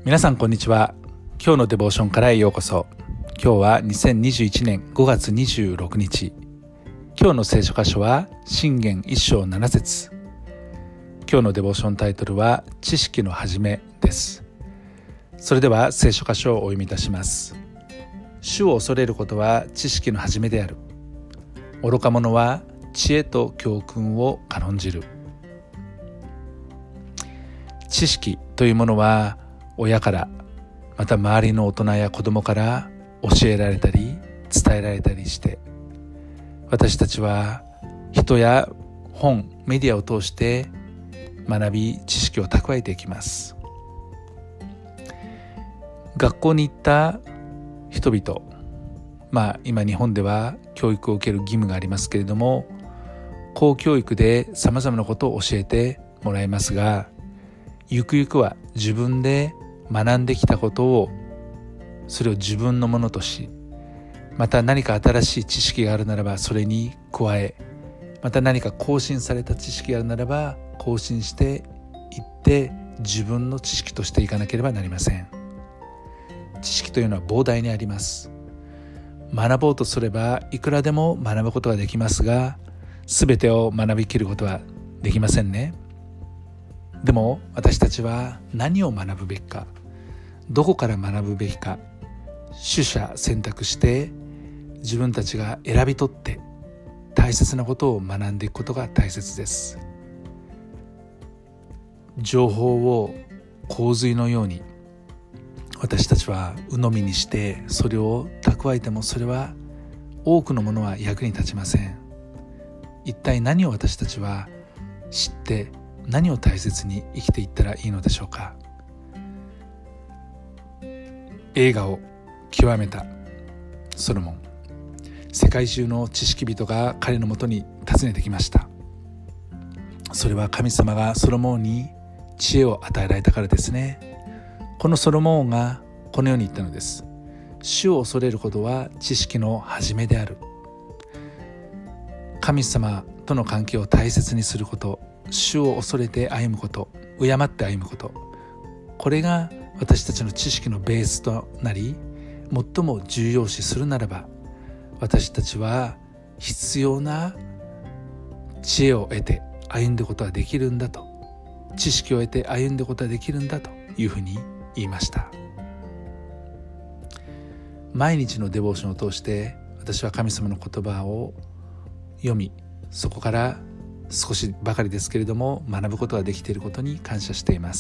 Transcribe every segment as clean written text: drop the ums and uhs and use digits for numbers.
皆さんこんにちは。今日のデボーションからへようこそ。今日は2021年5月26日。今日の聖書箇所は箴言1章7節。今日のデボーションタイトルは知識の始めです。それでは聖書箇所をお読みいたします。主を恐れることは知識の始めである。愚か者は知恵と教訓を軽んじる。知識というものは親からまた周りの大人や子供から教えられたり伝えられたりして、私たちは人や本、メディアを通して学び知識を蓄えていきます。学校に行った人々、今日本では教育を受ける義務がありますけれども、公教育でさまざまなことを教えてもらいますが、ゆくゆくは自分で学んできたことをそれを自分のものとし、また何か新しい知識があるならばそれに加え、また何か更新された知識があるならば更新していって自分の知識としていかなければなりません。知識というのは膨大にあります。学ぼうとすればいくらでも学ぶことができますが、全てを学びきることはできませんね。でも私たちは何を学ぶべきか、どこから学ぶべきか、取捨選択して自分たちが選び取って大切なことを学んでいくことが大切です。情報を洪水のように私たちは鵜呑みにしてそれを蓄えても、それは多くのものは役に立ちません。一体何を私たちは知って何を大切に生きていったらいいのでしょうか。栄華を極めたソロモン、世界中の知識人が彼のもとに訪ねてきました。それは神様がソロモンに知恵を与えられたからですね。このソロモンがこのように言ったのです。主を恐れることは知識の始めである。神様との関係を大切にすること、主を恐れて歩むこと、敬って歩むこと、これが私たちの知識のベースとなり、最も重要視するならば、私たちは必要な知恵を得て歩んでいくことができるんだと、知識を得て歩んでいくことができるんだというふうに言いました。毎日のデボーションを通して私は神様の言葉を読み、そこから少しばかりですけれども学ぶことができていることに感謝しています。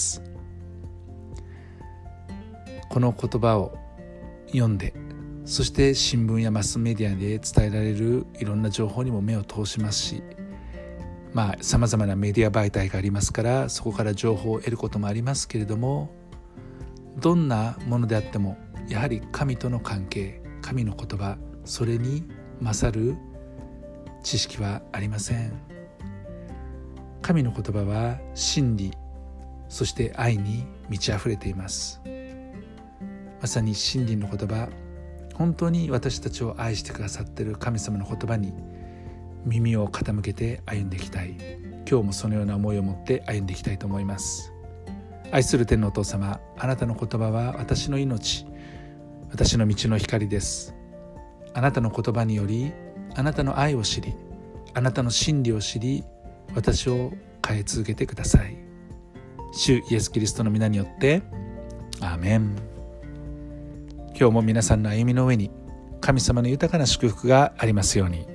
この言葉を読んで、そして新聞やマスメディアで伝えられるいろんな情報にも目を通しますし、さまざまなメディア媒体がありますから、そこから情報を得ることもありますけれども、どんなものであってもやはり神との関係、神の言葉、それに勝る知識はありません。神の言葉は真理、そして愛に満ち溢れています。まさに真理の言葉、本当に私たちを愛してくださっている神様の言葉に耳を傾けて歩んでいきたい。今日もそのような思いを持って歩んでいきたいと思います。愛する天のお父様、あなたの言葉は私の命、私の道の光です。あなたの言葉により、あなたの愛を知り、あなたの真理を知り、私を変え続けてください。主イエスキリストの皆によってアーメン。今日も皆さんの歩みの上に神様の豊かな祝福がありますように。